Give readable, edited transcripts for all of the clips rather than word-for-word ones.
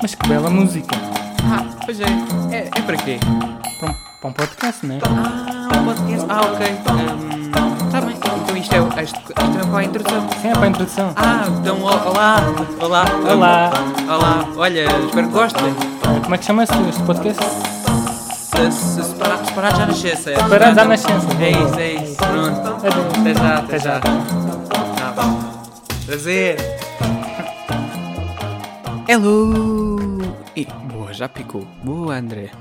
Mas que bela música. Pois é. É para quê? Para um podcast, não é? Um podcast. Ok. Está bem. Então isto é para a introdução. Sim, é para a introdução. Então olá. Olha, espero que gostem. Como é que chama-se este podcast? Separado já nascença. Separados à nascença. É isso. Pronto. Até já. Tá bom. Prazer. Hello. E boa, já picou. Boa, André.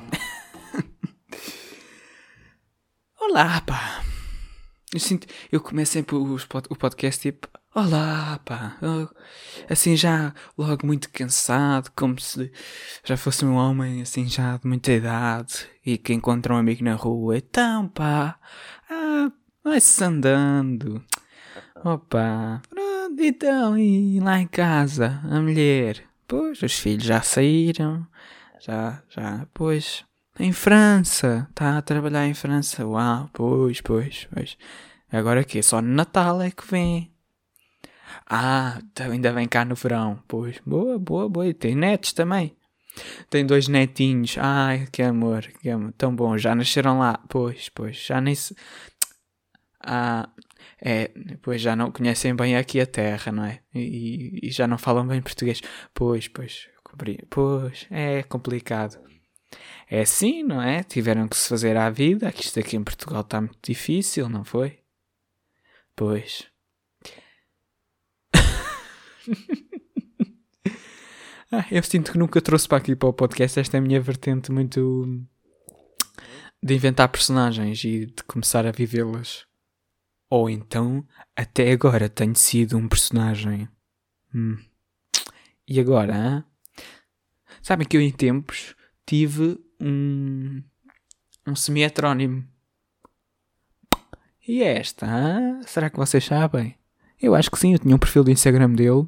Olá, pá. Eu começo sempre o podcast tipo, olá, pá. Assim já logo muito cansado, como se já fosse um homem assim já de muita idade e que encontra um amigo na rua. Então, pá, vai-se andando. Opa, pronto, então, e lá em casa, a mulher? Pois, os filhos já saíram, pois... Em França, está a trabalhar em França. Uau, pois. Agora que só no Natal é que vem. Então ainda vem cá no verão. Pois, boa. E tem netos também. Tem 2 netinhos. Ai, que amor. Tão bom, já nasceram lá. Pois, já nem se... Pois já não conhecem bem aqui a terra, não é? E já não falam bem português. Pois, é complicado. É assim, não é? Tiveram que se fazer à vida, que isto aqui em Portugal está muito difícil, não foi? Pois. Eu sinto que nunca trouxe para aqui para o podcast esta minha vertente muito de inventar personagens e de começar a vivê-las. Ou então, até agora tenho sido um personagem. E agora, hein? Sabem que eu em tempos tive um semi-heterónimo. E esta, será que vocês sabem? Eu acho que sim, eu tinha um perfil do Instagram dele.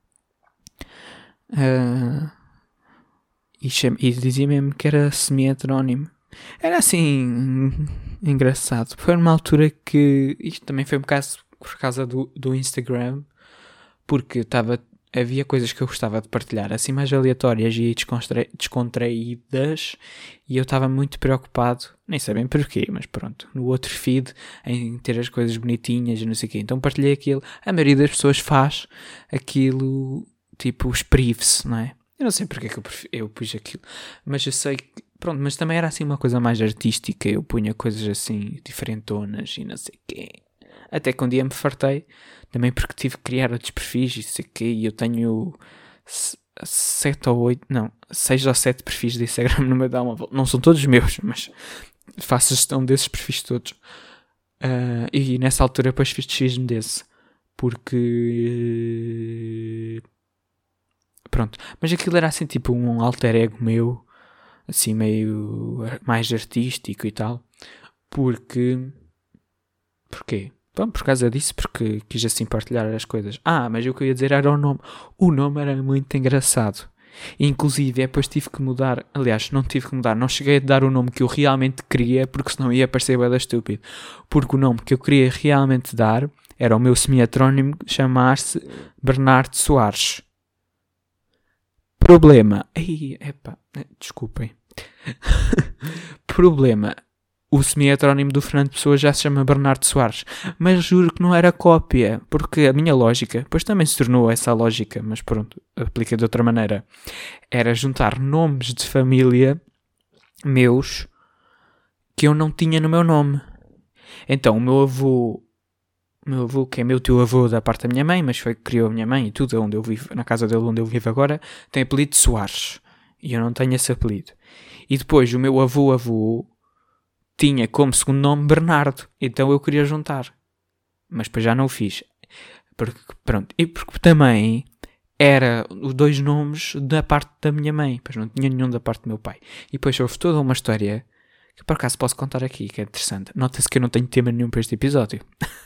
E dizia mesmo que era semi-heterónimo. Era assim, engraçado. Foi numa altura que, isto também foi um bocado por causa do Instagram, porque havia coisas que eu gostava de partilhar, assim mais aleatórias e descontraídas, e eu estava muito preocupado, nem sei bem porquê, mas pronto, no outro feed, em ter as coisas bonitinhas e não sei o quê. Então partilhei aquilo. A maioria das pessoas faz aquilo, tipo, esprive-se, não é? Eu não sei porque é que eu pus aquilo, mas eu sei que, pronto, mas também era assim uma coisa mais artística, eu punha coisas assim, diferentonas e não sei o quê. Até que um dia me fartei, também porque tive que criar outros perfis e sei o quê, e eu tenho 6 ou 7 perfis de Instagram no meu telemóvel. Não são todos meus, mas faço gestão desses perfis todos. E nessa altura depois fiz-me desse, porque... Pronto, mas aquilo era assim tipo um alter ego meu, assim meio mais artístico e tal, Porquê? Bom, por causa disso, porque quis assim partilhar as coisas. Mas o que eu ia dizer era o nome. O nome era muito engraçado. Inclusive, depois tive que mudar. Aliás, não tive que mudar. Não cheguei a dar o nome que eu realmente queria, porque senão ia parecer bem estúpido. Porque o nome que eu queria realmente dar era o meu semi-heterónimo, chamar-se Bernardo Soares. Problema. Desculpem. Problema. O semi-heterónimo do Fernando Pessoa já se chama Bernardo Soares, mas juro que não era cópia, porque a minha lógica, pois também se tornou essa lógica, mas pronto, aplica de outra maneira, era juntar nomes de família meus que eu não tinha no meu nome. Então o meu avô, que é meu tio-avô da parte da minha mãe, mas foi que criou a minha mãe e tudo, onde eu vivo, na casa dele onde eu vivo agora, tem apelido de Soares, e eu não tenho esse apelido. E depois o meu avô tinha como segundo nome Bernardo, então eu queria juntar, mas depois já não o fiz, porque também era os 2 nomes da parte da minha mãe, pois não tinha nenhum da parte do meu pai, e depois houve toda uma história que por acaso posso contar aqui, que é interessante. Nota-se que eu não tenho tema nenhum para este episódio.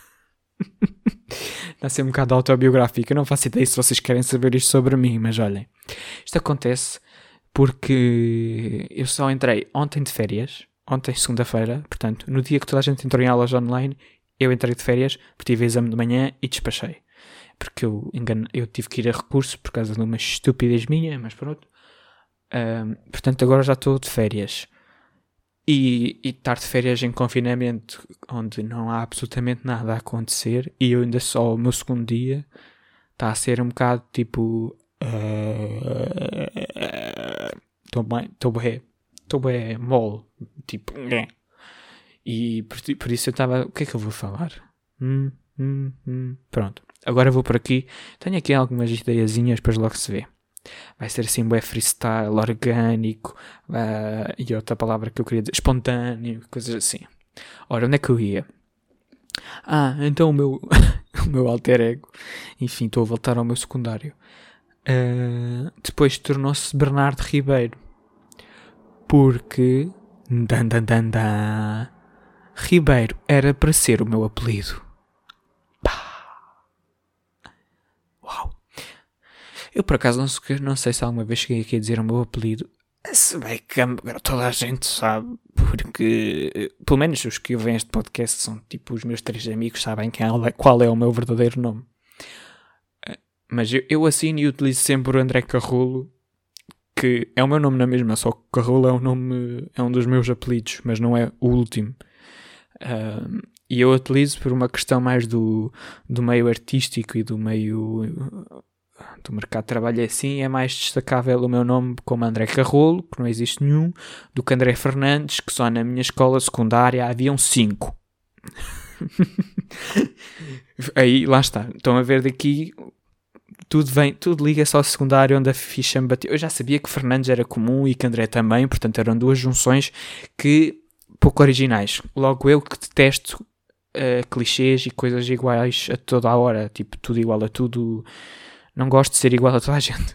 Está a ser um bocado autobiográfico, eu não faço ideia se vocês querem saber isto sobre mim, mas olhem, isto acontece porque eu só entrei ontem de férias. Ontem, segunda-feira, portanto, no dia que toda a gente entrou em aulas online, eu entrei de férias, porque tive exame de manhã e despachei. Porque eu tive que ir a recurso por causa de uma estupidez minha, mas pronto. Portanto, agora já estou de férias. E estar de férias em confinamento, onde não há absolutamente nada a acontecer, e eu ainda só o meu segundo dia, está a ser um bocado tipo... Estou bem mole. Tipo... E por isso eu estava... O que é que eu vou falar? Pronto. Agora vou por aqui. Tenho aqui algumas ideiazinhas, depois logo se vê. Vai ser assim, bué freestyle, orgânico, e outra palavra que eu queria dizer, espontâneo, coisas assim. Ora, onde é que eu ia? Então o meu, o meu alter ego, enfim, estou a voltar ao meu secundário. Depois tornou-se Bernardo Ribeiro. Porque, Ribeiro era para ser o meu apelido. Uau! Eu por acaso não sei se alguma vez cheguei aqui a dizer o meu apelido. Se bem que agora toda a gente sabe, porque pelo menos os que ouvem este podcast são tipo os meus 3 amigos, sabem qual é o meu verdadeiro nome. Mas eu assino e utilizo sempre o André Carrolo, que é o meu nome na mesma, só que Carrolo é um dos meus apelidos, mas não é o último. E eu utilizo por uma questão mais do meio artístico e do meio... do mercado de trabalho assim, é mais destacável o meu nome como André Carrolo, que não existe nenhum, do que André Fernandes, que só na minha escola secundária haviam 5. Aí, lá está. Estão a ver daqui, tudo liga-se ao secundário onde a ficha me bateu. Eu já sabia que Fernandes era comum e que André também, portanto eram duas junções que pouco originais. Logo eu que detesto clichês e coisas iguais a toda a hora, tipo tudo igual a tudo. Não gosto de ser igual a toda a gente.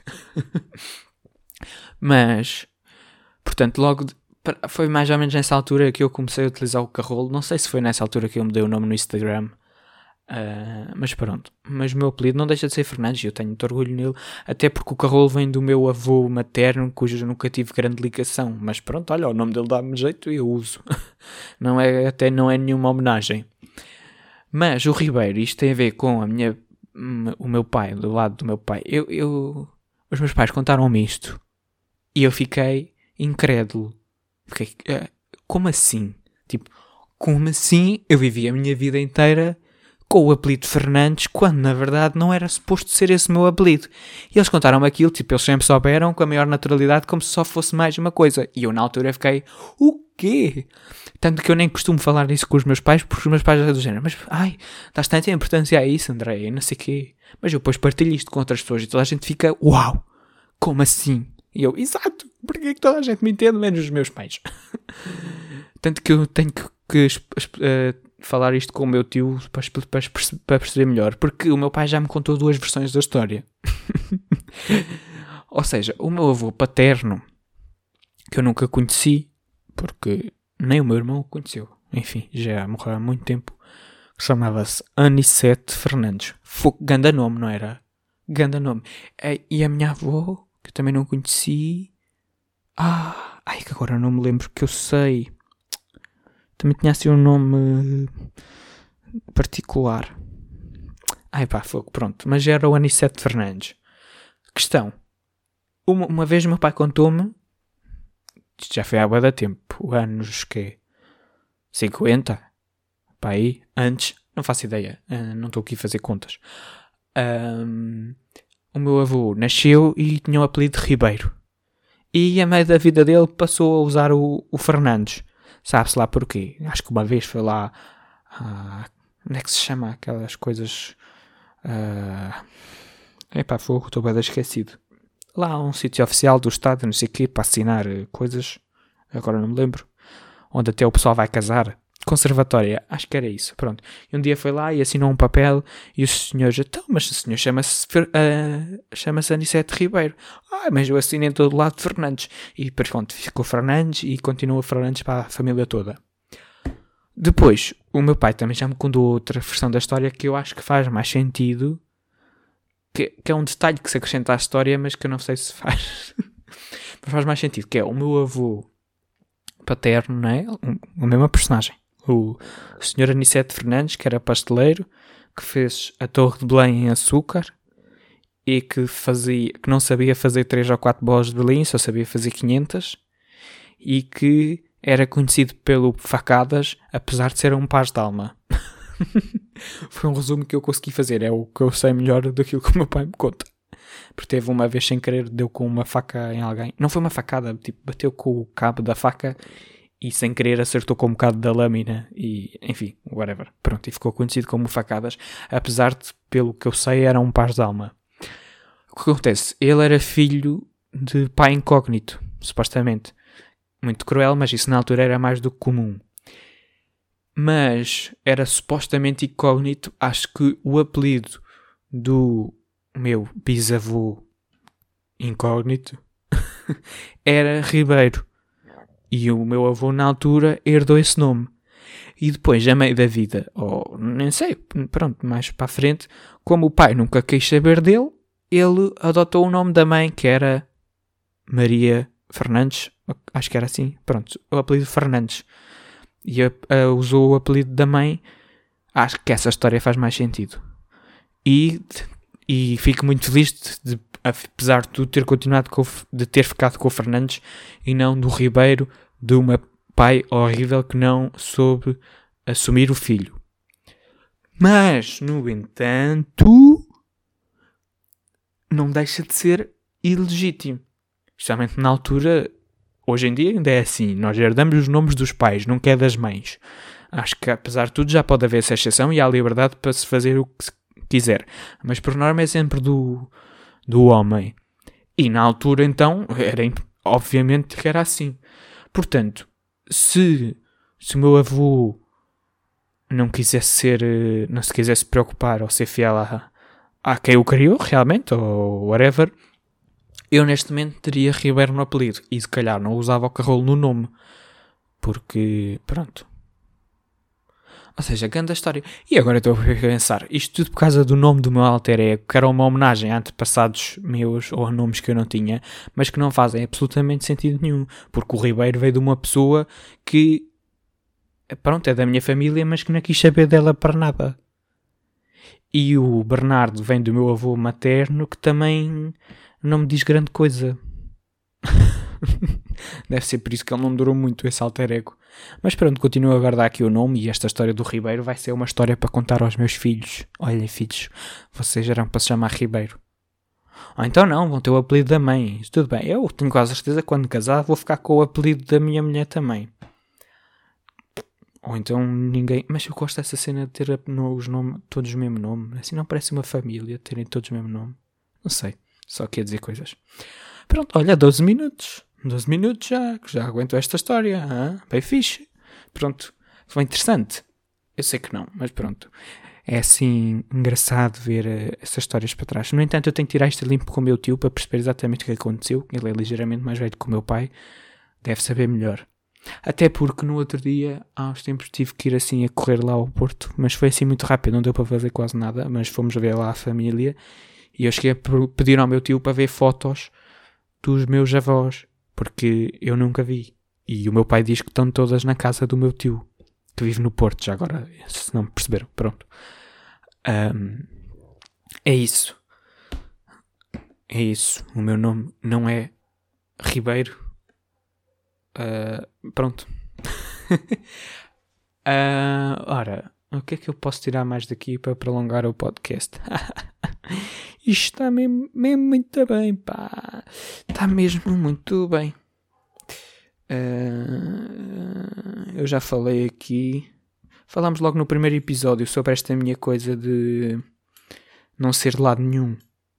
Mas, portanto, foi mais ou menos nessa altura que eu comecei a utilizar o Carrolo. Não sei se foi nessa altura que eu mudei o nome no Instagram. Mas pronto. Mas o meu apelido não deixa de ser Fernandes e eu tenho muito orgulho nele. Até porque o Carrolo vem do meu avô materno, cujo eu nunca tive grande ligação. Mas pronto, olha, o nome dele dá-me jeito e eu uso. Não é nenhuma homenagem. Mas o Ribeiro, isto tem a ver com o meu pai, do lado do meu pai. Os meus pais contaram-me isto e eu fiquei incrédulo. Como assim? Tipo, como assim eu vivi a minha vida inteira com o apelido Fernandes quando na verdade não era suposto ser esse o meu apelido? E eles contaram-me aquilo, tipo, eles sempre souberam com a maior naturalidade, como se só fosse mais uma coisa. E eu na altura fiquei, o quê? Tanto que eu nem costumo falar isso com os meus pais, porque os meus pais já do género, mas dás tanta importância a isso, André, e não sei o quê. Mas eu depois partilho isto com outras pessoas e toda a gente fica, uau, como assim? E eu, exato, porque é que toda a gente me entende, menos os meus pais? Tanto que eu tenho que falar isto com o meu tio para perceber melhor, porque o meu pai já me contou 2 versões da história. Ou seja, o meu avô paterno, que eu nunca conheci, porque nem o meu irmão o conheceu, enfim, já morreu há muito tempo, chamava-se Anicete Fernandes. Ganda nome, não era? Ganda nome. E a minha avó, que eu também não conheci, que agora não me lembro, que eu sei, também tinha assim um nome particular. Pronto, mas era o Anicete Fernandes. Questão, uma vez o meu pai contou-me, isto já foi há bué de tempo, anos que 50, aí, antes, não faço ideia, não estou aqui a fazer contas. O meu avô nasceu e tinha o apelido de Ribeiro. E a meio da vida dele passou a usar o Fernandes. Sabe-se lá porquê? Acho que uma vez foi lá, como é que se chama aquelas coisas? Fogo, estou bem esquecido. Lá um sítio oficial do Estado, não sei o quê, para assinar coisas, agora não me lembro, onde até o pessoal vai casar, conservatória, acho que era isso, pronto. E um dia foi lá e assinou um papel e o senhor, mas o senhor chama-se Anicete Ribeiro. Mas eu assinei em todo lado de Fernandes. E pronto, ficou Fernandes e continua Fernandes para a família toda. Depois, o meu pai também já me contou outra versão da história que eu acho que faz mais sentido, que é um detalhe que se acrescenta à história, mas que eu não sei se faz. Mas faz mais sentido, que é o meu avô paterno, não é? A mesma personagem. O Sr. Anicete Fernandes, que era pasteleiro, que fez a Torre de Belém em açúcar e que não sabia fazer 3 ou 4 bolas de Berlim, só sabia fazer 500, e que era conhecido pelo facadas, apesar de ser um paz de alma. Foi um resumo que eu consegui fazer, é o que eu sei melhor daquilo que o meu pai me conta. Porque teve uma vez sem querer, deu com uma faca em alguém. Não foi uma facada, tipo, bateu com o cabo da faca e sem querer acertou com um bocado da lâmina e, enfim, whatever. Pronto, e ficou conhecido como facadas, apesar de, pelo que eu sei, era um paz de alma. O que acontece? Ele era filho de pai incógnito, supostamente. Muito cruel, mas isso na altura era mais do que comum. Mas era supostamente incógnito. Acho que o apelido do meu bisavô incógnito era Ribeiro. E o meu avô na altura herdou esse nome. E depois, a meio da vida, ou nem sei, pronto, mais para a frente, como o pai nunca quis saber dele, ele adotou o nome da mãe, que era Maria Fernandes. Acho que era assim. Pronto, o apelido Fernandes. E usou o apelido da mãe. Acho que essa história faz mais sentido. E fico muito feliz de, apesar de tudo, ter continuado de ter ficado com o Fernandes e não do Ribeiro, de uma pai horrível que não soube assumir o filho. Mas, no entanto, não deixa de ser ilegítimo. Especialmente na altura, hoje em dia ainda é assim. Nós herdamos os nomes dos pais, nunca é das mães. Acho que, apesar de tudo, já pode haver essa exceção e há liberdade para se fazer o que se quiser. Mas, por norma, é sempre do homem. E, na altura, então, obviamente que era assim. Portanto, se o meu avô não se quisesse preocupar ou ser fiel a quem o criou, realmente, ou whatever, eu neste momento teria Ribeiro no apelido. E se calhar não usava o Carrolo no nome. Porque, pronto. Ou seja, grande história. E agora estou a pensar, isto tudo por causa do nome do meu alter ego, que era uma homenagem a antepassados meus ou a nomes que eu não tinha, mas que não fazem absolutamente sentido nenhum. Porque o Ribeiro veio de uma pessoa que, pronto, é da minha família, mas que não quis saber dela para nada. E o Bernardo vem do meu avô materno, que também não me diz grande coisa. Deve ser por isso que ele não durou muito, esse alter ego. Mas pronto, continuo a guardar aqui o nome e esta história do Ribeiro vai ser uma história para contar aos meus filhos. Olhem, filhos, vocês eram para se chamar Ribeiro. Ou então não, vão ter o apelido da mãe. Isso tudo bem, eu tenho quase certeza que quando casar vou ficar com o apelido da minha mulher também. Ou então ninguém... Mas eu gosto dessa cena de ter os nomes, todos o mesmo nome. Assim não parece uma família terem todos o mesmo nome. Não sei, só quer dizer coisas. Pronto, olha, 12 minutos. 12 minutos já aguento esta história. Bem fixe. Pronto, foi interessante. Eu sei que não, mas pronto. É assim engraçado ver essas histórias para trás. No entanto, eu tenho que tirar isto limpo com o meu tio para perceber exatamente o que aconteceu. Ele é ligeiramente mais velho que o meu pai. Deve saber melhor. Até porque no outro dia, há uns tempos, tive que ir assim a correr lá ao Porto. Mas foi assim muito rápido, não deu para fazer quase nada. Mas fomos ver lá a família. E eu cheguei a pedir ao meu tio para ver fotos dos meus avós. Porque eu nunca vi. E o meu pai diz que estão todas na casa do meu tio. Que vive no Porto, já agora. Se não me perceberam, pronto. É isso. É isso. O meu nome não é Ribeiro. Pronto. Ora, o que é que eu posso tirar mais daqui para prolongar o podcast? Isto está mesmo muito bem, pá. Está mesmo muito bem. Eu já falei aqui. Falámos logo no primeiro episódio sobre esta minha coisa de não ser de lado nenhum.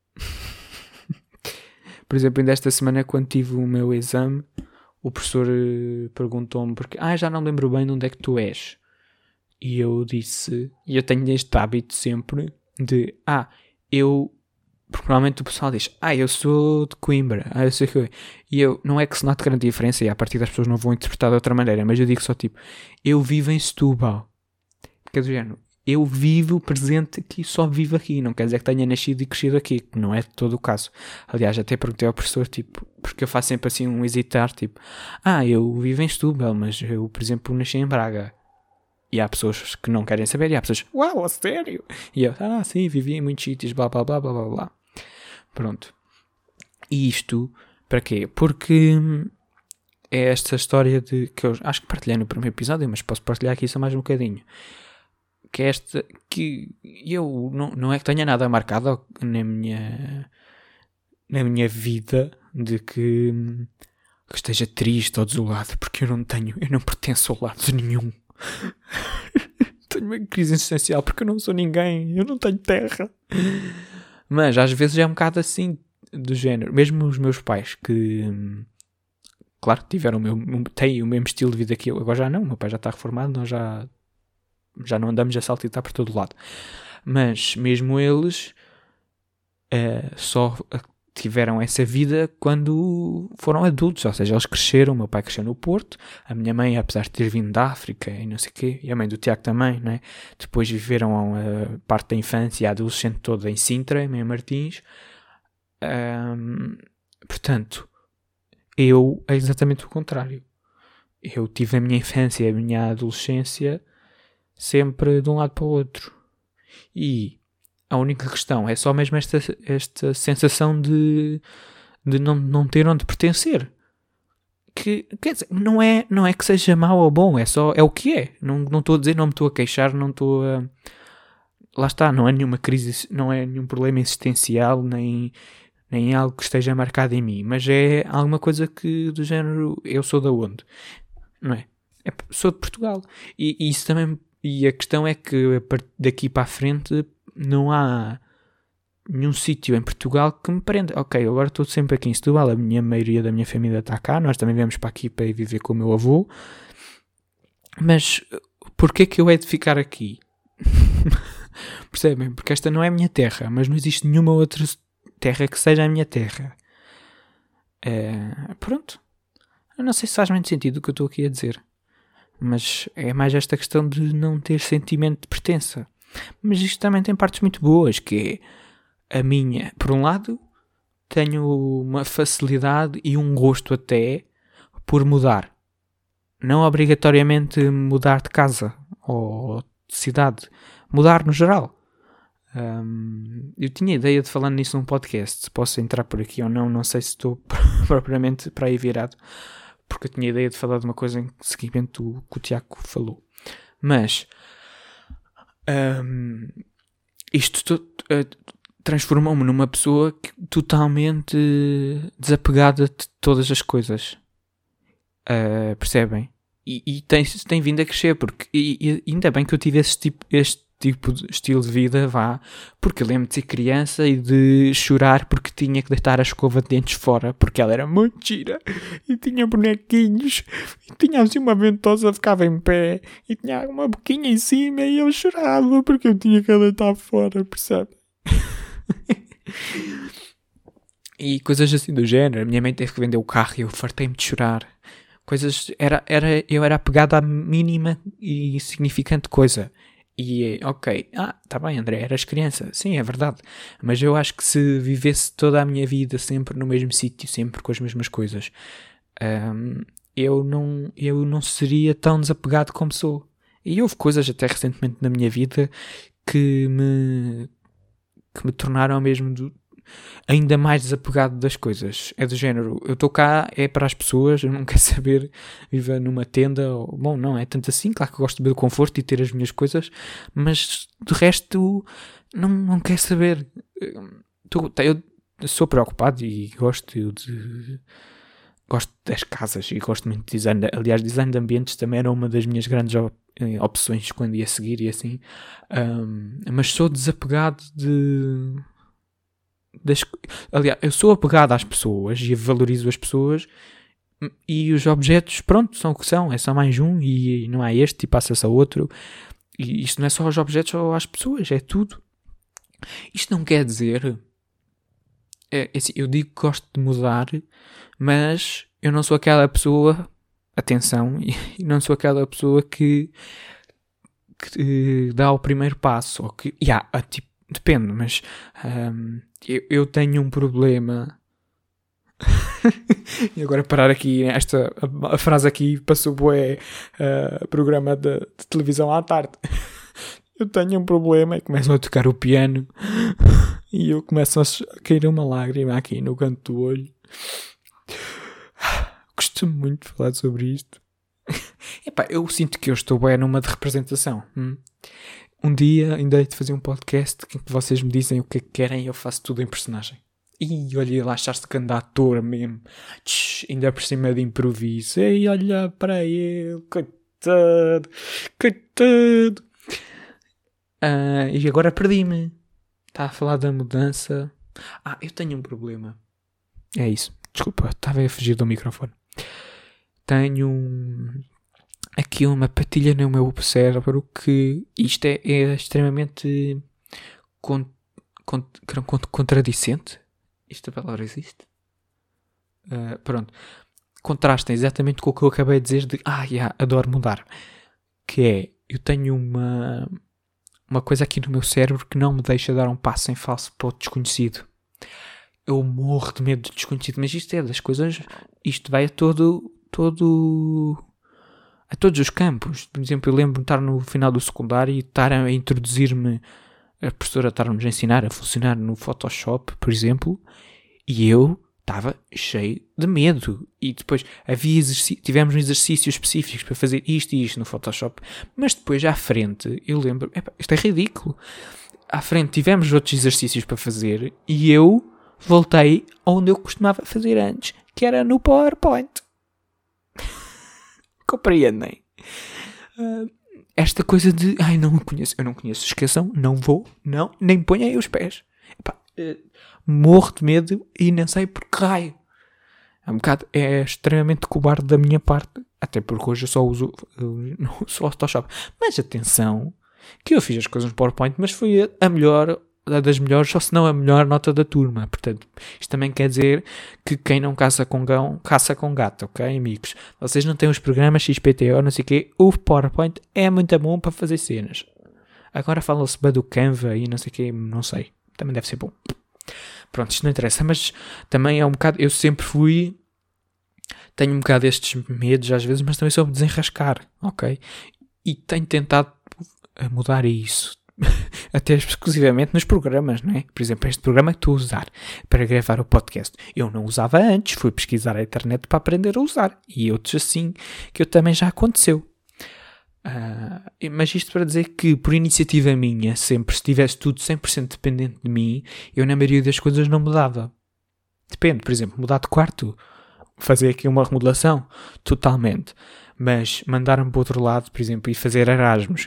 Por exemplo, ainda esta semana, quando tive o meu exame, o professor perguntou-me porque já não lembro bem de onde é que tu és. E eu disse, e eu tenho este hábito sempre de porque normalmente o pessoal diz, eu sou de Coimbra, eu sei que... E eu, não é que se note grande diferença, e a partir das pessoas não vão interpretar de outra maneira, mas eu digo só tipo, eu vivo em Setúbal. Porque é do género, eu vivo presente aqui, só vivo aqui, não quer dizer que tenha nascido e crescido aqui, que não é de todo o caso. Aliás, até perguntei ao professor, tipo, porque eu faço sempre assim um hesitar, tipo, eu vivo em Setúbal, mas eu, por exemplo, nasci em Braga. E há pessoas que não querem saber, e há pessoas, uau, a sério? E eu, sim, vivi em muitos sítios, blá blá blá blá blá blá. Pronto. E isto, para quê? Porque é esta história de que eu acho que partilhei no primeiro episódio, mas posso partilhar aqui só mais um bocadinho. Que é esta, que eu não é que tenha nada marcado na minha vida de que esteja triste ou desolado, porque eu não pertenço ao lado de nenhum. Tenho uma crise existencial porque eu não sou ninguém, eu não tenho terra. Mas às vezes é um bocado assim, do género. Mesmo os meus pais, que claro, têm o mesmo estilo de vida que eu. Agora já não, o meu pai já está reformado, nós já não andamos a saltitar por todo lado. Mas mesmo eles só tiveram essa vida quando foram adultos, ou seja, eles cresceram. O meu pai cresceu no Porto, a minha mãe, apesar de ter vindo da África e não sei o quê, e a mãe do Tiago também, não é? Depois viveram a parte da infância e a adolescente toda em Sintra, em Mem Martins. Portanto, eu é exatamente o contrário. Eu tive a minha infância e a minha adolescência sempre de um lado para o outro. E a única questão é só mesmo esta sensação de não ter onde pertencer. Que, quer dizer, não é que seja mau ou bom, é o que é. Não estou a dizer, não me estou a queixar, não estou a... Lá está, não é nenhuma crise, não é nenhum problema existencial, nem algo que esteja marcado em mim, mas é alguma coisa que, do género, eu sou da onde? Não é? Sou de Portugal. E isso também... E a questão é que daqui para a frente não há nenhum sítio em Portugal que me prenda. Ok, agora estou sempre aqui em Setúbal, a maioria da minha família está cá, nós também viemos para aqui para ir viver com o meu avô, mas porquê que eu hei de ficar aqui? Percebem? Porque esta não é a minha terra, mas não existe nenhuma outra terra que seja a minha terra. Pronto. Eu não sei se faz muito sentido o que eu estou aqui a dizer. Mas é mais esta questão de não ter sentimento de pertença. Mas isto também tem partes muito boas, que é a minha. Por um lado, tenho uma facilidade e um gosto até por mudar. Não obrigatoriamente mudar de casa ou de cidade. Mudar no geral. Eu tinha ideia de falar nisso num podcast. Se posso entrar por aqui ou não, não sei se estou propriamente para aí virado. Porque eu tinha ideia de falar de uma coisa em seguimento do que o Tiago falou. Mas isto transformou-me numa pessoa totalmente desapegada de todas as coisas. Percebem? E tem vindo a crescer, porque e ainda bem que eu tive este tipo de estilo de vida, porque eu lembro de ser criança e de chorar porque tinha que deitar a escova de dentes fora, porque ela era muito gira e tinha bonequinhos e tinha assim uma ventosa, ficava em pé e tinha uma boquinha em cima e eu chorava porque eu tinha que a deitar fora, percebe? E coisas assim do género. A minha mãe teve que vender o carro e eu fartei-me de chorar. Coisas, eu era apegado à mínima e insignificante coisa. E ok, tá bem, André, eras criança, sim, é verdade, mas eu acho que se vivesse toda a minha vida sempre no mesmo sítio, sempre com as mesmas coisas, eu não seria tão desapegado como sou. E houve coisas até recentemente na minha vida que me tornaram mesmo ainda mais desapegado das coisas. É do género, eu estou cá, é para as pessoas, eu não quero saber viver numa tenda, bom, não é tanto assim, claro que eu gosto de ver o conforto e ter as minhas coisas, mas de resto não quero saber. Eu sou preocupado e gosto das casas e gosto muito de design. Aliás, design de ambientes também era uma das minhas grandes opções quando ia seguir e assim, mas sou desapegado aliás, eu sou apegado às pessoas e valorizo as pessoas, e os objetos, pronto, são o que são, é só mais um e não há este e passa-se a outro. E isto não é só aos objetos ou às pessoas, é tudo. Isto não quer dizer, assim, eu digo que gosto de mudar, mas eu não sou aquela pessoa, atenção, e não sou aquela pessoa que dá o primeiro passo, ou que, tipo, depende, mas eu tenho um problema. E agora parar aqui, a frase aqui passou bué programa de televisão à tarde. Eu tenho um problema e começam a tocar o piano E eu começo a cair uma lágrima aqui no canto do olho. Costumo muito falar sobre isto. Epá, eu sinto que eu estou bem numa de representação. Um dia ainda hei de fazer um podcast em que vocês me dizem o que é que querem e eu faço tudo em personagem. E olha lá, achaste que anda ator mesmo. Ainda por cima de improviso. E olha para ele, coitado. E agora perdi-me. Está a falar da mudança. Eu tenho um problema. É isso. Desculpa, estava a fugir do microfone. Tenho aqui uma patilha no meu cérebro que isto é extremamente contradicente. Esta palavra existe? Pronto. Contrasta exatamente com o que eu acabei de dizer de adoro mudar. Que é, eu tenho uma coisa aqui no meu cérebro que não me deixa dar um passo em falso para o desconhecido. Eu morro de medo do desconhecido, mas isto é das coisas, isto vai a todos os campos. Por exemplo, eu lembro-me de estar no final do secundário e estar a introduzir-me, a professora estar-nos a ensinar a funcionar no Photoshop, por exemplo, e eu estava cheio de medo. E depois tivemos exercícios específicos para fazer isto e isto no Photoshop, mas depois à frente, eu lembro, isto é ridículo. À frente tivemos outros exercícios para fazer e eu voltei onde eu costumava fazer antes, que era no PowerPoint. Compreendem? Esta coisa de eu não conheço, esqueçam, não vou, não, nem ponham aí os pés. Morro de medo e nem sei por que raio. É extremamente cobarde da minha parte, até porque hoje eu só uso Photoshop. Mas atenção, que eu fiz as coisas no PowerPoint, mas foi a das melhores, ou se não a melhor nota da turma. Portanto, isto também quer dizer que quem não caça com gão, caça com gato, ok, amigos? Vocês não têm os programas XPTO, não sei o quê, o PowerPoint é muito bom para fazer cenas. Agora fala-se bem do Canva e não sei o quê, não sei. Também deve ser bom. Pronto, isto não interessa, mas também é um bocado, eu sempre tenho um bocado estes medos às vezes, mas também soube desenrascar, ok? E tenho tentado mudar isso. Até exclusivamente nos programas, não é? Por exemplo, este programa que estou a usar para gravar o podcast, eu não usava antes, fui pesquisar a internet para aprender a usar, e outros assim que eu também já aconteceu. Mas isto para dizer que por iniciativa minha, sempre se tivesse tudo 100% dependente de mim, eu na maioria das coisas não mudava. Depende, por exemplo, mudar de quarto, fazer aqui uma remodelação, totalmente. Mas mandar-me para o outro lado, por exemplo, e fazer Erasmus.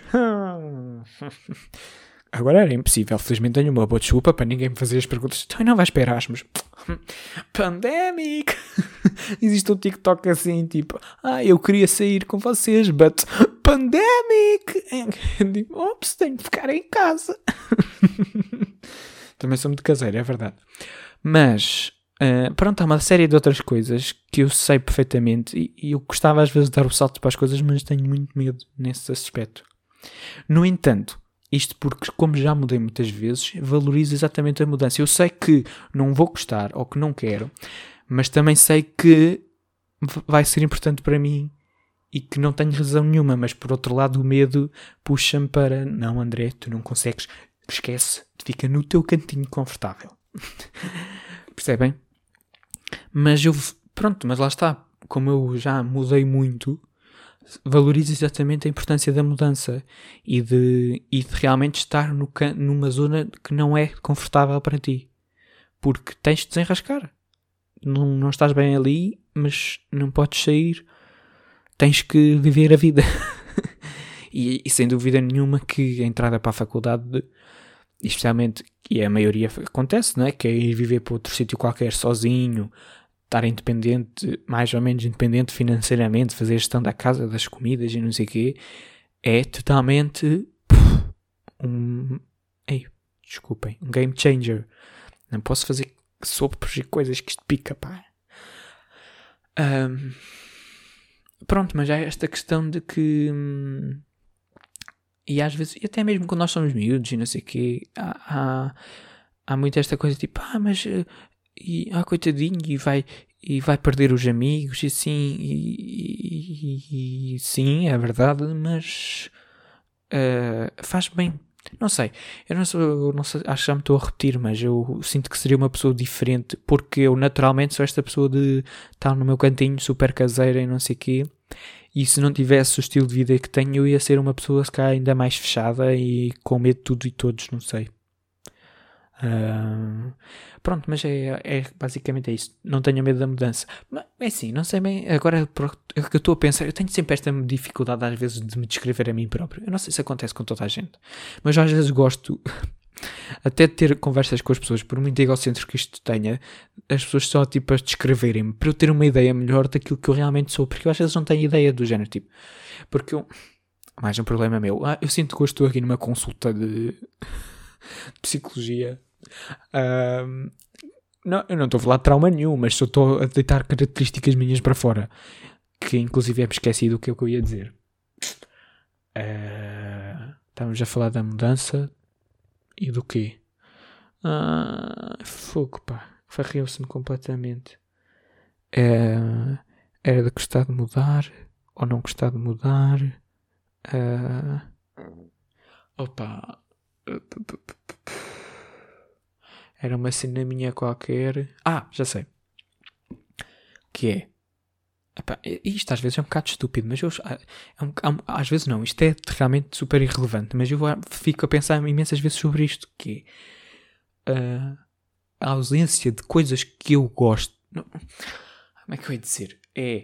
Agora era impossível. Felizmente tenho uma boa desculpa para ninguém me fazer as perguntas. Então não vais para Erasmus? Pandemic! Existe um TikTok assim, tipo, eu queria sair com vocês, but pandemic! Eu digo, ops, tenho de ficar em casa. Também sou muito caseiro, é verdade. Mas, pronto, há uma série de outras coisas que eu sei perfeitamente e eu gostava às vezes de dar o salto para as coisas, mas tenho muito medo nesse aspecto. No entanto, isto porque, como já mudei muitas vezes, valorizo exatamente a mudança. Eu sei que não vou gostar ou que não quero, mas também sei que vai ser importante para mim e que não tenho razão nenhuma. Mas, por outro lado, o medo puxa-me para... Não, André, tu não consegues. Esquece. Fica no teu cantinho confortável. Percebem? Mas mas lá está. Como eu já mudei muito... valoriza exatamente a importância da mudança e de realmente estar numa zona que não é confortável para ti, porque tens de desenrascar, não estás bem ali, mas não podes sair, tens que viver a vida. e sem dúvida nenhuma que a entrada para a faculdade, especialmente, e a maioria acontece, não é? Que é ir viver para outro sítio qualquer sozinho, estar independente, mais ou menos independente financeiramente, fazer gestão da casa, das comidas e não sei o quê, é totalmente um game changer. Não posso fazer sopros e coisas que isto pica, pá. Pronto, mas há esta questão de que e às vezes, e até mesmo quando nós somos miúdos e não sei o quê, há muito esta coisa tipo, mas coitadinho, e vai perder os amigos, e assim, e sim, é verdade, mas faz bem. Não sei, eu não sei, acho que já me estou a repetir, mas eu sinto que seria uma pessoa diferente, porque eu naturalmente sou esta pessoa de estar no meu cantinho super caseira e não sei o quê, e se não tivesse o estilo de vida que tenho, eu ia ser uma pessoa se calhar ainda mais fechada e com medo de tudo e todos, não sei. Pronto, mas basicamente é isso. Não tenho medo da mudança. Mas, é assim, não sei bem. Agora é que eu estou a pensar, eu tenho sempre esta dificuldade às vezes de me descrever a mim próprio. Eu não sei se acontece com toda a gente, mas às vezes gosto até de ter conversas com as pessoas, por muito egocêntrico que isto tenha, as pessoas só tipo a descreverem-me para eu ter uma ideia melhor daquilo que eu realmente sou, porque eu às vezes não tenho ideia do género, tipo, porque eu, mais um problema meu, eu sinto que eu estou aqui numa consulta de psicologia. Não, eu não estou a falar de trauma nenhum, mas só estou a deitar características minhas para fora, que inclusive é-me esquecido o que é que eu ia dizer. Estávamos a falar da mudança e do quê? Fogo, pá, farriou-se-me completamente. Era de gostar de mudar ou não gostar de mudar. Opa, era uma cena minha qualquer. Já sei. Que é. Epá, isto às vezes é um bocado estúpido, mas eu, às vezes não. Isto é realmente super irrelevante. Mas eu fico a pensar imensas vezes sobre isto. Que é a ausência de coisas que eu gosto. Não, como é que eu ia dizer?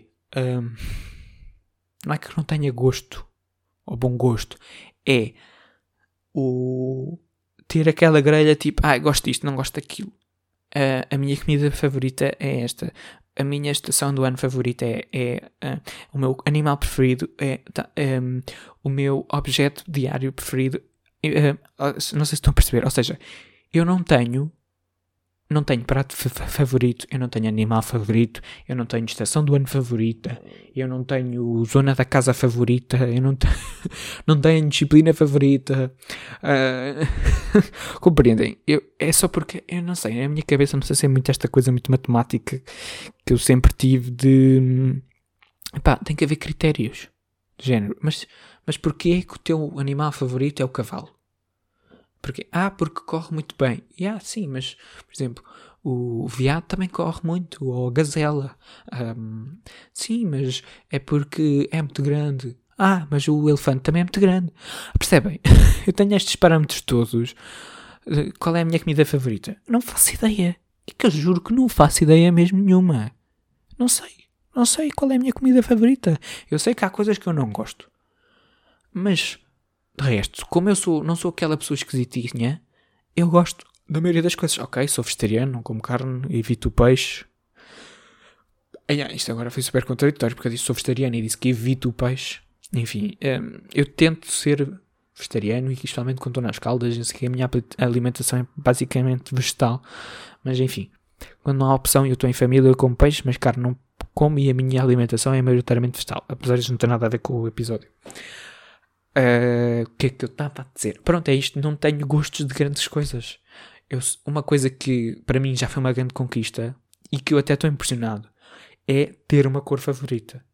Não é que eu não tenha gosto ou bom gosto. É o ter aquela grelha tipo, gosto disto, não gosto daquilo. A minha comida favorita é esta. A minha estação do ano favorita é o meu animal preferido, o meu objeto diário preferido. Não sei se estão a perceber. Ou seja, eu não tenho prato favorito, eu não tenho animal favorito, eu não tenho estação do ano favorita, eu não tenho zona da casa favorita, eu não tenho disciplina favorita. Compreendem? É só porque, eu não sei, na minha cabeça, não sei se é muito esta coisa muito matemática que eu sempre tive de... tem que haver critérios de género. Mas porquê é que o teu animal favorito é o cavalo? Porque corre muito bem. Sim, mas, por exemplo, o veado também corre muito, ou a gazela. Sim, mas é porque é muito grande. Mas o elefante também é muito grande. Percebem? Eu tenho estes parâmetros todos. Qual é a minha comida favorita? Não faço ideia. É que eu juro que não faço ideia mesmo nenhuma. Não sei qual é a minha comida favorita. Eu sei que há coisas que eu não gosto. Mas... de resto, como eu não sou aquela pessoa esquisitinha, eu gosto da maioria das coisas. Ok, sou vegetariano, não como carne, evito o peixe. Isto agora foi super contraditório, porque eu disse sou vegetariano e disse que evito o peixe. Enfim, eu tento ser vegetariano e especialmente quando estou nas Caldas, a minha alimentação é basicamente vegetal. Mas enfim, quando não há opção e eu estou em família, eu como peixe, mas carne não como e a minha alimentação é maioritariamente vegetal. Apesar de isso não ter nada a ver com o episódio. O que é que eu estava a dizer? Pronto, é isto. Não tenho gostos de grandes coisas. Uma coisa que para mim já foi uma grande conquista e que eu até estou impressionado é ter uma cor favorita.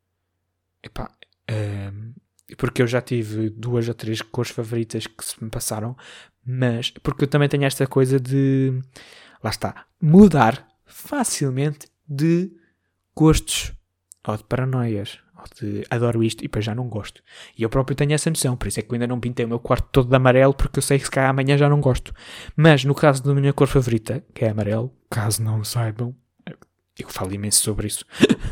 Porque eu já tive 2 ou 3 cores favoritas que se me passaram, mas porque eu também tenho esta coisa de, lá está, mudar facilmente de gostos ou de paranoias. De adoro isto e depois já não gosto. E eu próprio tenho essa noção, por isso é que eu ainda não pintei o meu quarto todo de amarelo, porque eu sei que se calhar amanhã já não gosto. Mas no caso da minha cor favorita, que é amarelo, caso não saibam, eu falo imenso sobre isso.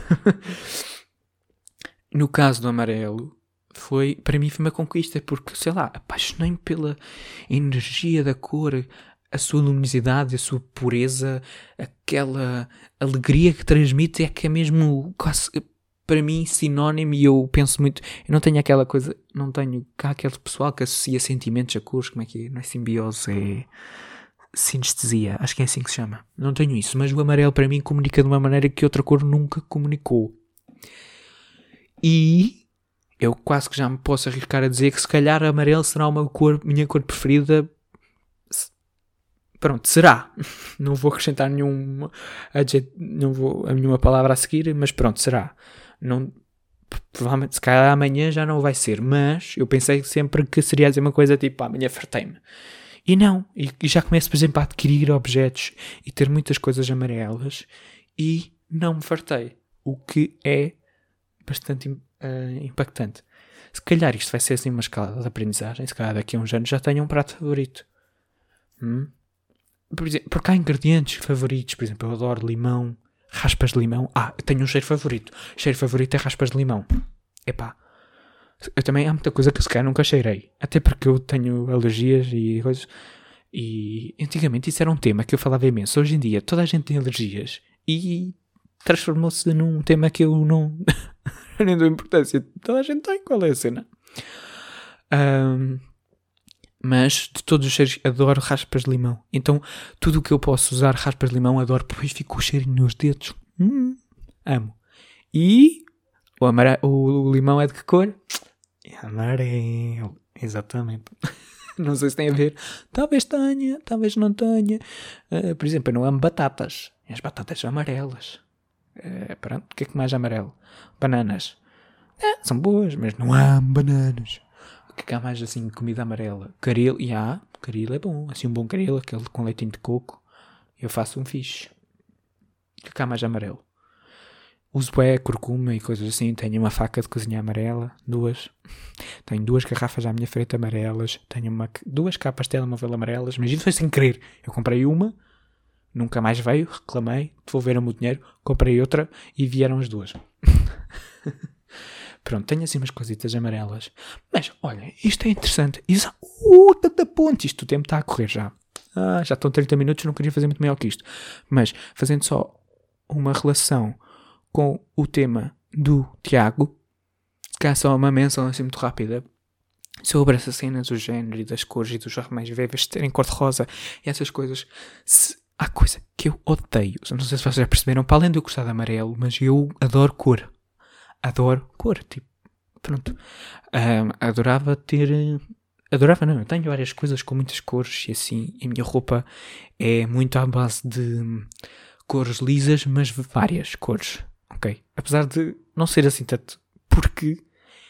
No caso do amarelo, para mim foi uma conquista, porque sei lá, apaixonei-me pela energia da cor, a sua luminosidade, a sua pureza, aquela alegria que transmite, é que é mesmo quase... para mim, sinónimo, e eu penso muito... Eu não tenho aquela coisa... Não tenho cá aquele pessoal que associa sentimentos a cores. Como é que é? Não é simbiose, é... sinestesia. Acho que é assim que se chama. Não tenho isso. Mas o amarelo, para mim, comunica de uma maneira que outra cor nunca comunicou. E... eu quase que já me posso arriscar a dizer que se calhar amarelo será minha cor preferida... Pronto, será. Não vou acrescentar nenhuma palavra a seguir, mas pronto, será. Não, Provavelmente, se calhar amanhã já não vai ser. Mas eu pensei sempre que seria dizer uma coisa tipo, amanhã fartei-me. E não. E já começo, por exemplo, a adquirir objetos e ter muitas coisas amarelas e não me fartei. O que é bastante impactante. Se calhar isto vai ser assim uma escala de aprendizagem. Se calhar daqui a uns anos já tenho um prato favorito. Por exemplo, porque há ingredientes favoritos. Por exemplo, eu adoro limão, raspas de limão. Eu tenho um cheiro favorito. O cheiro favorito é raspas de limão. Epá. Eu também há muita coisa que se calhar nunca cheirei. Até porque eu tenho alergias e coisas. E antigamente isso era um tema que eu falava imenso. Hoje em dia toda a gente tem alergias. E transformou-se num tema que eu não... nem dou importância. Toda a gente tem. Qual é a cena? Mas de todos os cheiros adoro raspas de limão. Então tudo o que eu posso usar raspas de limão adoro. Depois fica o cheirinho nos dedos. Amo. E o limão é de que cor? É amarelo. Exatamente. Não sei se tem a ver. Talvez tenha, talvez não tenha. Por exemplo, eu não amo batatas. As batatas são amarelas. Pronto, o que é que mais é amarelo? Bananas. São boas, mas não amo bananas. O que é que há mais assim de comida amarela? Caril, caril é bom. Assim um bom caril, aquele com leitinho de coco. Eu faço um fixe. O que é que há mais amarelo? Uso curcuma e coisas assim. Tenho uma faca de cozinha amarela. 2. Tenho 2 garrafas à minha frente amarelas. Tenho 2 capas de telemóvel amarelas. Mas isso foi sem querer. Eu comprei uma. Nunca mais veio. Reclamei. Devolveram-me o dinheiro. Comprei outra. E vieram as 2. Pronto. Tenho assim umas cositas amarelas. Mas, olha. Isto é interessante. Tanta ponte. Isto o tempo está a correr já. Já estão 30 minutos. Não queria fazer muito maior que isto. Mas, fazendo só uma relação com o tema do Tiago, que é só uma menção assim muito rápida sobre essas cenas do género e das cores e dos mais vivos terem cor-de-rosa e essas coisas. Há coisa que eu odeio, não sei se vocês já perceberam, para além de eu gostar de amarelo, mas eu adoro cor. Adoro cor, tipo, pronto. Adorava não, eu tenho várias coisas com muitas cores e assim, e a minha roupa é muito à base de cores lisas, mas várias cores. Ok? Apesar de não ser assim tanto. Porque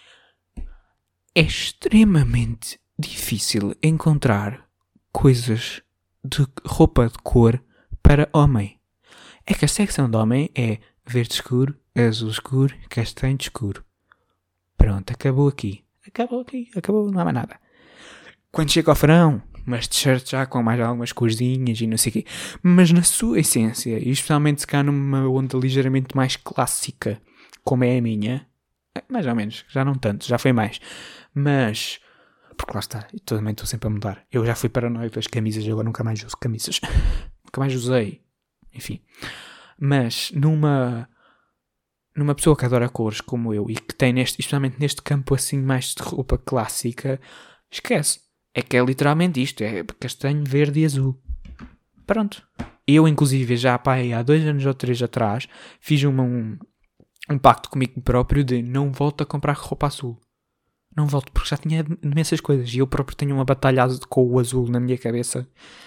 é extremamente difícil encontrar coisas de roupa de cor para homem. É que a secção de homem é verde escuro, azul escuro, castanho escuro. Pronto, acabou aqui. Acabou, não há mais nada. Quando chega ao verão, umas t-shirts já com mais algumas corzinhas e não sei o quê. Mas na sua essência, e especialmente se cá numa onda ligeiramente mais clássica, como é a minha, mais ou menos, já não tanto, já foi mais. Mas, porque lá está, eu também estou sempre a mudar. Eu já fui paranoico das camisas e agora nunca mais uso camisas. Nunca mais usei. Enfim. Mas numa pessoa que adora cores como eu e que tem especialmente neste campo assim mais de roupa clássica, esquece. É que é literalmente isto, é castanho, verde e azul. Pronto. Eu, inclusive, já há 2 anos ou 3 atrás, fiz um pacto comigo próprio de não volto a comprar roupa azul. Não volto, porque já tinha imensas coisas. E eu próprio tenho uma batalha com o azul na minha cabeça.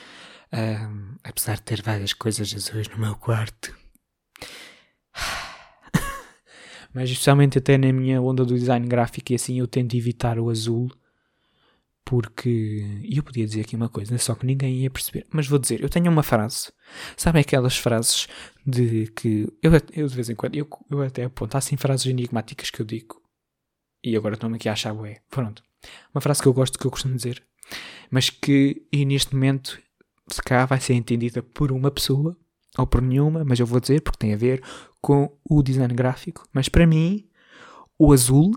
Apesar de ter várias coisas azuis no meu quarto. Mas, especialmente até na minha onda do design gráfico e assim, eu tento evitar o azul. Porque eu podia dizer aqui uma coisa, só que ninguém ia perceber. Mas vou dizer, eu tenho uma frase. Sabem aquelas frases de que... Eu de vez em quando, eu até aponto, há assim frases enigmáticas que eu digo. E agora estou-me aqui a achar bué. Pronto. Uma frase que eu gosto, que eu costumo dizer. Mas que, e neste momento, se cá vai ser entendida por uma pessoa, ou por nenhuma, mas eu vou dizer porque tem a ver com o design gráfico. Mas para mim, o azul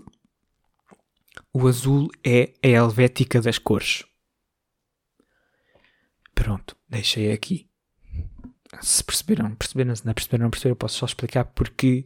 é a helvética das cores. Pronto, deixei aqui. Se perceberam, se não perceberam, eu posso só explicar porque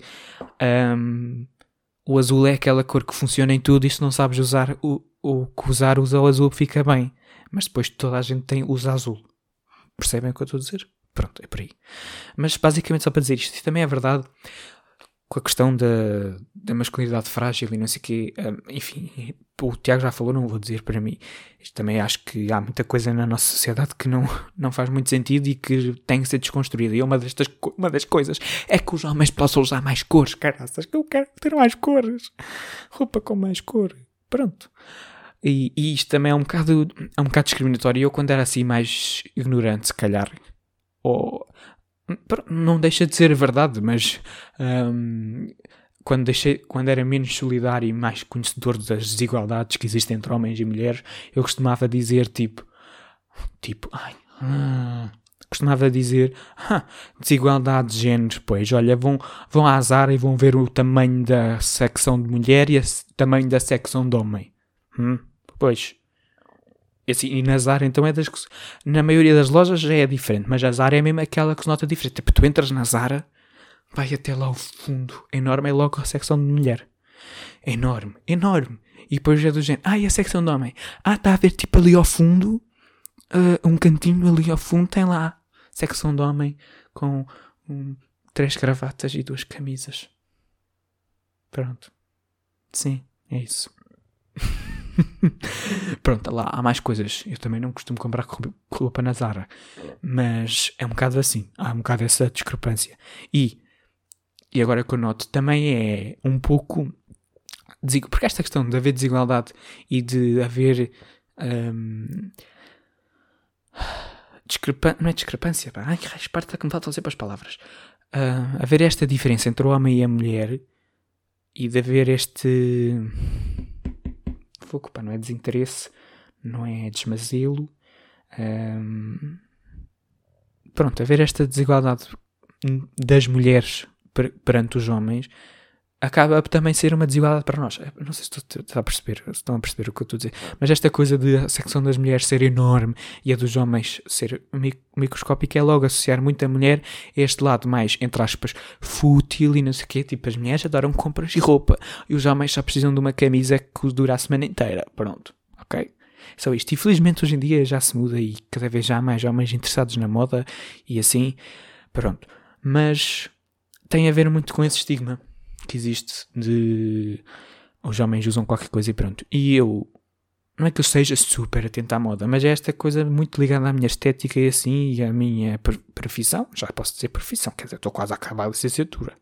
o azul é aquela cor que funciona em tudo e se não sabes usar o que usar, usa o azul, fica bem. Mas depois toda a gente usa azul. Percebem o que eu estou a dizer? Pronto, é por aí. Mas basicamente só para dizer isto também é verdade com a questão da masculinidade frágil e não sei o quê. Enfim, o Tiago já falou, não vou dizer para mim. Isto também acho que há muita coisa na nossa sociedade que não faz muito sentido e que tem que ser desconstruída. E uma das coisas é que os homens possam usar mais cores. Caraças, que eu quero ter mais cores. Roupa com mais cor. Pronto. E isto também é um bocado discriminatório. Eu, quando era assim mais ignorante, se calhar, ou não deixa de ser verdade, mas quando era menos solidário e mais conhecedor das desigualdades que existem entre homens e mulheres, eu costumava dizer desigualdade de géneros, pois, olha, vão à Zara e vão ver o tamanho da secção de mulher e o tamanho da secção de homem. Pois. E na Zara, então, na maioria das lojas já é diferente, mas a Zara é mesmo aquela que se nota diferente. Tipo, tu entras na Zara, vai até lá ao fundo, enorme, é logo a secção de mulher. Enorme. E depois é do género, e a secção de homem? Está a ver, tipo, ali ao fundo, um cantinho ali ao fundo, tem lá, secção de homem, com 3 gravatas e 2 camisas. Pronto. Sim, é isso. Pronto, lá há mais coisas. Eu também não costumo comprar roupa na Zara, mas é um bocado assim, há um bocado essa discrepância. E agora que eu noto, também é um pouco porque esta questão de haver desigualdade e de haver não é discrepância, pá. Ai, que raios, parte que me faltam sempre as palavras. Haver esta diferença entre o homem e a mulher e de haver este foco, pá, não é desinteresse, não é desmazelo, pronto, haver esta desigualdade das mulheres perante os homens acaba também ser uma desigualdade para nós. Não sei se estão a perceber o que eu estou a dizer, mas esta coisa de a secção das mulheres ser enorme e a dos homens ser microscópica é logo associar muito a mulher a este lado mais, entre aspas, fútil e não sei o quê. Tipo, as mulheres adoram compras e roupa e os homens só precisam de uma camisa que os dura a semana inteira. Pronto, ok? Só isto. E felizmente hoje em dia já se muda e cada vez já há mais homens interessados na moda e assim, pronto. Mas tem a ver muito com esse estigma que existe de os homens usam qualquer coisa e pronto. E eu, não é que eu seja super atento à moda, mas é esta coisa muito ligada à minha estética e assim, e à minha profissão. Já posso dizer profissão, quer dizer, estou quase a acabar a licenciatura.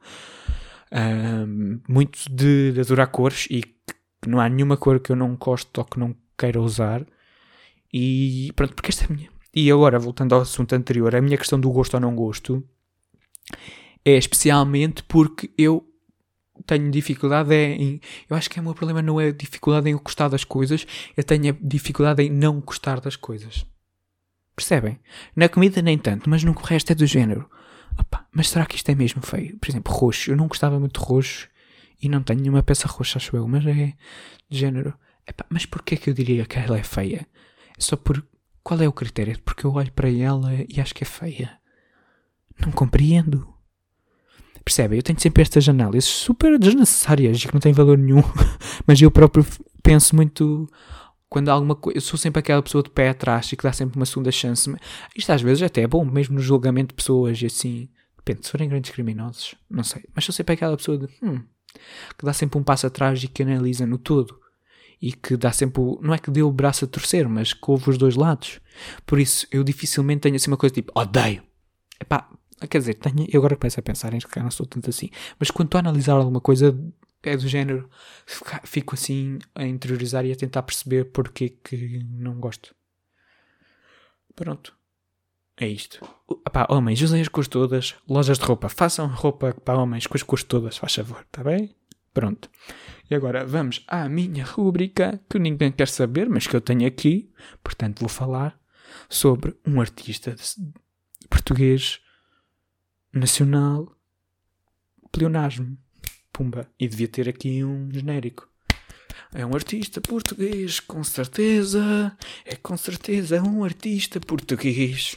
Muito de adorar cores e que não há nenhuma cor que eu não gosto ou que não queira usar. E pronto, porque esta é a minha. E agora, voltando ao assunto anterior, a minha questão do gosto ou não gosto é especialmente porque eu tenho dificuldade eu acho que o meu problema não é dificuldade em gostar das coisas, eu tenho a dificuldade em não gostar das coisas. Percebem? Na comida nem tanto, mas no resto é do género. Opa, mas será que isto é mesmo feio? Por exemplo, roxo. Eu não gostava muito de roxo e não tenho nenhuma peça roxa, acho eu, mas é de género. Epá, mas porquê que eu diria que ela é feia? É só por... Qual é o critério? Porque eu olho para ela e acho que é feia. Não compreendo. Percebe? Eu tenho sempre estas análises super desnecessárias e que não têm valor nenhum, mas eu próprio penso muito quando há alguma coisa. Eu sou sempre aquela pessoa de pé atrás e que dá sempre uma segunda chance. Isto às vezes até é bom, mesmo no julgamento de pessoas e assim. Depende, se forem grandes criminosos, não sei. Mas sou sempre aquela pessoa que dá sempre um passo atrás e que analisa no todo. E que dá sempre, não é que dê o braço a torcer, mas que ouve os dois lados. Por isso, eu dificilmente tenho assim uma coisa tipo, odeio. Epá, quer dizer, eu agora começo a pensar em que não sou tanto assim. Mas quando estou a analisar alguma coisa, é do género, fico assim a interiorizar e a tentar perceber porque que não gosto. Pronto. É isto. Epá, homens, usem as cores todas. Lojas de roupa, façam roupa para homens com as cores todas, faz favor, está bem? Pronto. E agora vamos à minha rúbrica, que ninguém quer saber, mas que eu tenho aqui. Portanto, vou falar sobre um artista português nacional, pleonasmo. Pumba. E devia ter aqui um genérico. É um artista português, com certeza. É com certeza um artista português.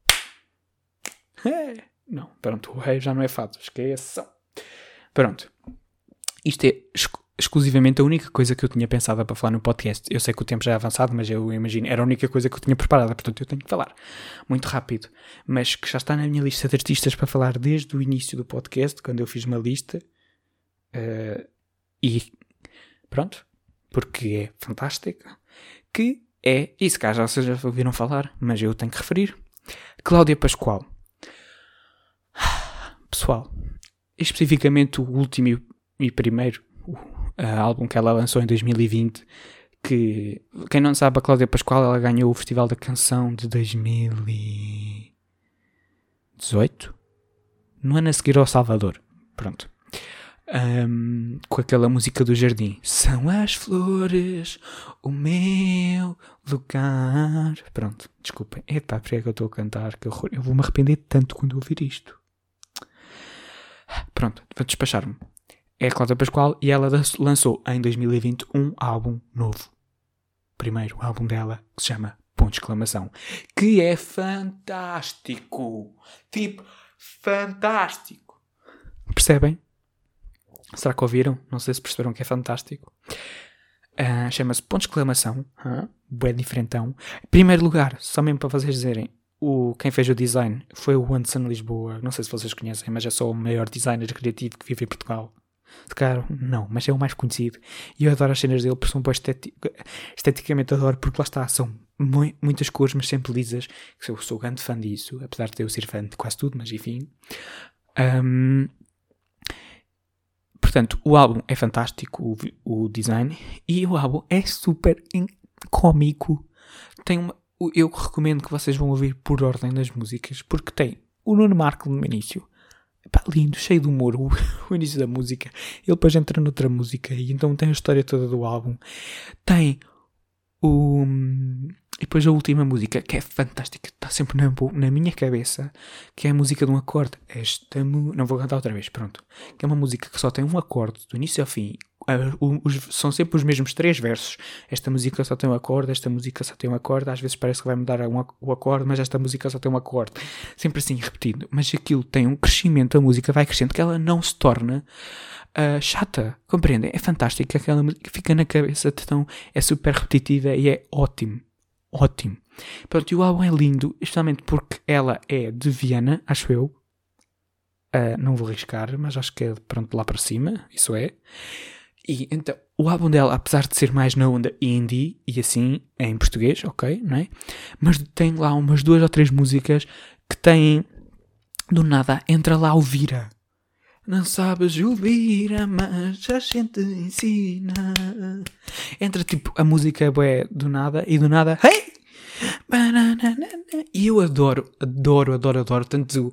É. Não, pronto, o rei já não é fado. Esqueçam. Pronto. Isto é exclusivamente a única coisa que eu tinha pensado para falar no podcast. Eu sei que o tempo já é avançado, mas eu imagino, era a única coisa que eu tinha preparada, portanto eu tenho que falar muito rápido. Mas que já está na minha lista de artistas para falar desde o início do podcast, quando eu fiz uma lista. e pronto, porque é fantástica, que é, e se calhar vocês já ouviram falar, mas eu tenho que referir, Cláudia Pascoal. Pessoal, especificamente o último e primeiro álbum que ela lançou em 2020, que, quem não sabe, a Cláudia Pascoal, ela ganhou o Festival da Canção de 2018, no ano a seguir ao Salvador, pronto. Com aquela música do Jardim, são as flores o meu lugar. Pronto, desculpem, porque é que eu estou a cantar, que horror. Eu vou me arrepender tanto quando ouvir isto. Pronto, vou despachar-me. É a Cláudia Pascoal e ela lançou em 2020 um álbum novo, primeiro álbum dela, que se chama Ponto de Exclamação, que é fantástico, tipo, fantástico. Percebem? Será que ouviram? Não sei se perceberam que é fantástico. Chama-se Ponto de Exclamação. Bué diferentão. Em primeiro lugar, só mesmo para vocês dizerem, quem fez o design foi o Anderson Lisboa. Não sei se vocês conhecem, mas é só o maior designer criativo que vive em Portugal. De cara, não, mas é o mais conhecido. E eu adoro as cenas dele porque são esteticamente adoro, porque lá está, são muitas cores, mas sempre lisas. Eu sou grande fã disso, apesar de eu ser fã de quase tudo, mas enfim. Portanto, o álbum é fantástico, o design, e o álbum é super cómico. Eu recomendo que vocês vão ouvir por ordem das músicas, porque tem o Nuno Marco no início, lindo, cheio de humor, o início da música. Ele depois entra noutra música, e então tem a história toda do álbum. Tem e depois a última música, que é fantástica, está sempre na minha cabeça, que é a música de um acorde. Não vou cantar outra vez, pronto. Que é uma música que só tem um acorde, do início ao fim. São sempre os mesmos 3 versos. Esta música só tem um acorde, esta música só tem um acorde. Às vezes parece que vai mudar o acorde, mas esta música só tem um acorde. Sempre assim, repetido. Mas aquilo tem um crescimento, a música vai crescendo, que ela não se torna chata, compreendem? É fantástica, aquela música fica na cabeça, então é super repetitiva e é ótimo. Pronto, e o álbum é lindo, especialmente porque ela é de Viena, acho eu. Não vou arriscar, mas acho que é pronto lá para cima, isso é. E então, o álbum dela, apesar de ser mais na onda indie, e assim, é em português, ok, não é? Mas tem lá umas 2 ou 3 músicas que têm, do nada, entra lá o Vira. Não sabes ouvir, mas a gente ensina. Entra tipo a música é do nada e do nada, hey! E eu adoro. Tanto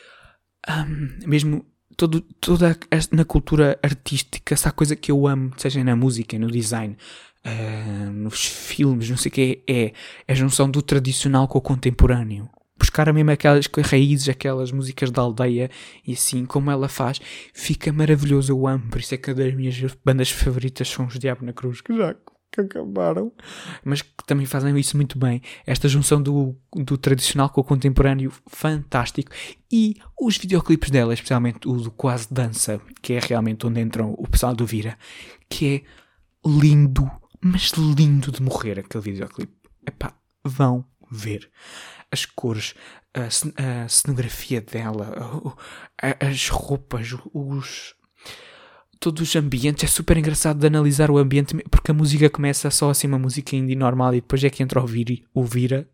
mesmo toda na cultura artística, essa coisa que eu amo, seja na música, no design, nos filmes, não sei o que, é a junção do tradicional com o contemporâneo. Buscar mesmo aquelas raízes, aquelas músicas da aldeia, e assim como ela faz, fica maravilhoso. Eu amo, por isso é que uma das minhas bandas favoritas são os Diabo na Cruz, que já acabaram, mas que também fazem isso muito bem. Esta junção do tradicional com o contemporâneo, fantástico. E os videoclipes dela, especialmente o do Quase Dança, que é realmente onde entram o pessoal do Vira, que é lindo, mas lindo de morrer aquele videoclipe. Vão ver. As cores, a cenografia dela, as roupas, todos os ambientes. É super engraçado de analisar o ambiente, porque a música começa só assim, uma música indie normal, e depois é que entra o Vira.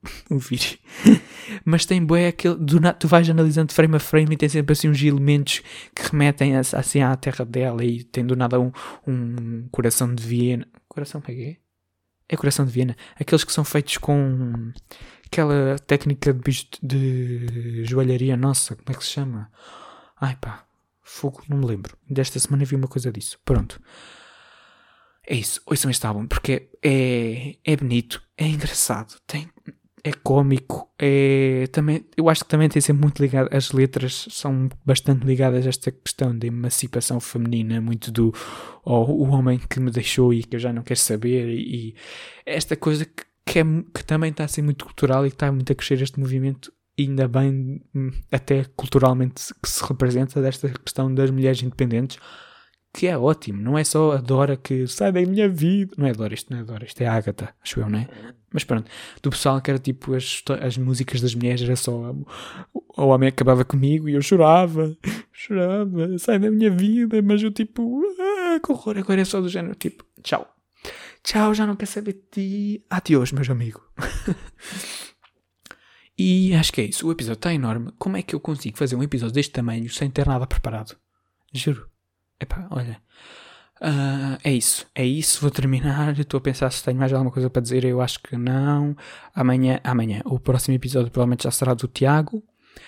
Mas tem bué aquele, tu vais analisando frame a frame e tem sempre assim uns elementos que remetem assim à terra dela, e tem do nada um coração de Viena. Coração, como é que é? É coração de Viena. Aqueles que são feitos com aquela técnica de joalharia nossa, como é que se chama? Fogo, não me lembro. Desta semana vi uma coisa disso. Pronto. É isso. Ouçam este álbum, porque é bonito, é engraçado, é cómico, também, eu acho que também tem sempre muito ligado, as letras são bastante ligadas a esta questão de emancipação feminina, muito do o homem que me deixou e que eu já não quero saber, e esta coisa que também está a ser muito cultural e que está muito a crescer este movimento, e ainda bem, até culturalmente, que se representa desta questão das mulheres independentes, que é ótimo. Não é só a Dora que sai da minha vida, não é Dora, isto é a Ágata, acho eu, não é? Mas pronto, do pessoal que era tipo as músicas das mulheres, era só o homem acabava comigo e eu chorava, sai da minha vida, mas eu tipo, que horror. Agora é só do género, tipo, tchau. Tchau, já não quero saber de ti. Adeus, meus amigos. E acho que é isso. O episódio está enorme. Como é que eu consigo fazer um episódio deste tamanho sem ter nada preparado? Juro. Epá, olha. É isso. É isso. Vou terminar. Estou a pensar se tenho mais alguma coisa para dizer. Eu acho que não. Amanhã. O próximo episódio provavelmente já será do Tiago.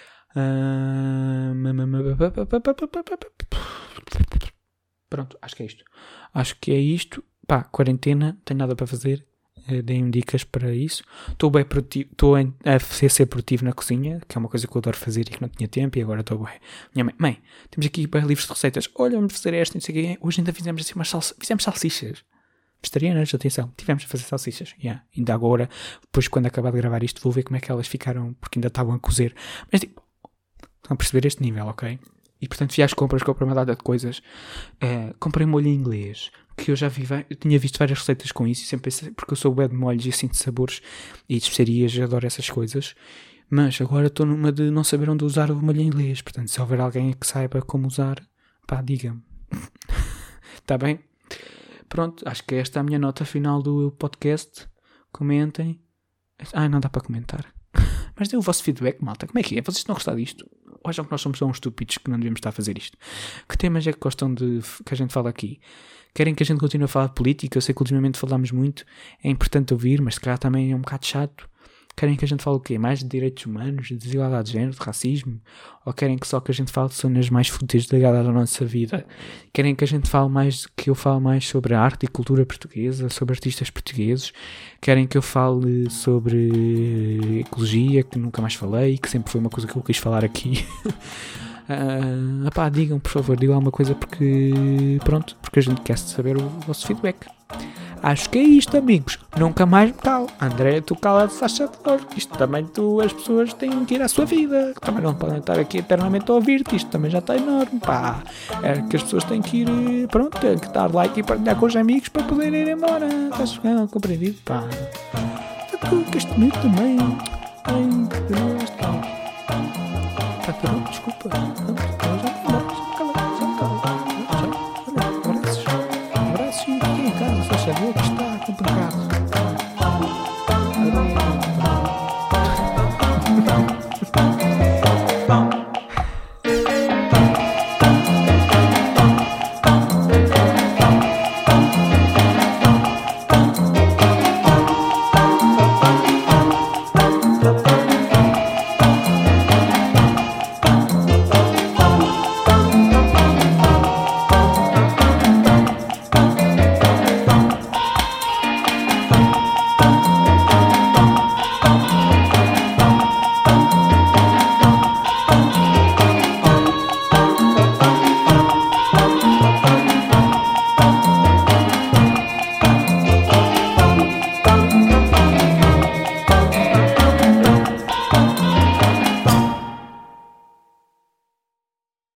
Pronto, acho que é isto. Pá, quarentena, não tenho nada para fazer. Deem-me dicas para isso. Estou bem produtivo, estou a ser produtivo na cozinha, que é uma coisa que eu adoro fazer e que não tinha tempo, e agora estou bem. Minha mãe, temos aqui bem livros de receitas. Olha, vamos fazer esta, não sei o quê. Hoje ainda fizemos assim fizemos salsichas. Vegetarianas, atenção, tivemos a fazer salsichas. Ainda agora, depois quando acabar de gravar isto, vou ver como é que elas ficaram, porque ainda estavam a cozer. Mas tipo, estão a perceber este nível, ok? E portanto fui às compras, comprei uma data de coisas. Comprei molho em inglês, que eu já eu tinha visto várias receitas com isso, e sempre pensei, porque eu sou bué de molhos e assim de sabores e de especiarias, adoro essas coisas. Mas agora estou numa de não saber onde usar o molho em inglês. Portanto, se houver alguém que saiba como usar, pá, diga-me. Está bem? Pronto, acho que esta é a minha nota final do podcast. Comentem. Não dá para comentar. Mas dê o vosso feedback, malta. Como é que é? Vocês estão a gostar disto? Ou acham que nós somos tão estúpidos que não devemos estar a fazer isto? Que temas é que gostam de que a gente fala aqui? Querem que a gente continue a falar de política? Eu sei que ultimamente falamos muito. É importante ouvir, mas se calhar também é um bocado chato. Querem que a gente fale o quê? Mais de direitos humanos, de desigualdade de género, de racismo? Ou querem que só que a gente fale de cenas mais fúteis ligadas à nossa vida? Querem que a gente fale mais, que eu fale mais sobre a arte e cultura portuguesa, sobre artistas portugueses? Querem que eu fale sobre ecologia, que nunca mais falei, que sempre foi uma coisa que eu quis falar aqui? Digam, por favor, digam alguma coisa porque a gente quer saber o vosso feedback. Acho que é isto, amigos. Nunca mais me calo. André, tu cala-te, faz favor. Isto também as pessoas têm que ir à sua vida. Também não podem estar aqui eternamente a ouvir-te. Isto também já está enorme, pá. É que as pessoas têm que ir, têm que dar like e partilhar com os amigos para poderem ir embora. Estás compreendido, pá. Que este minuto também. Ai, que Deus, pá. Pronto, desculpa. Abraços e fiquem em casa, só sabia que está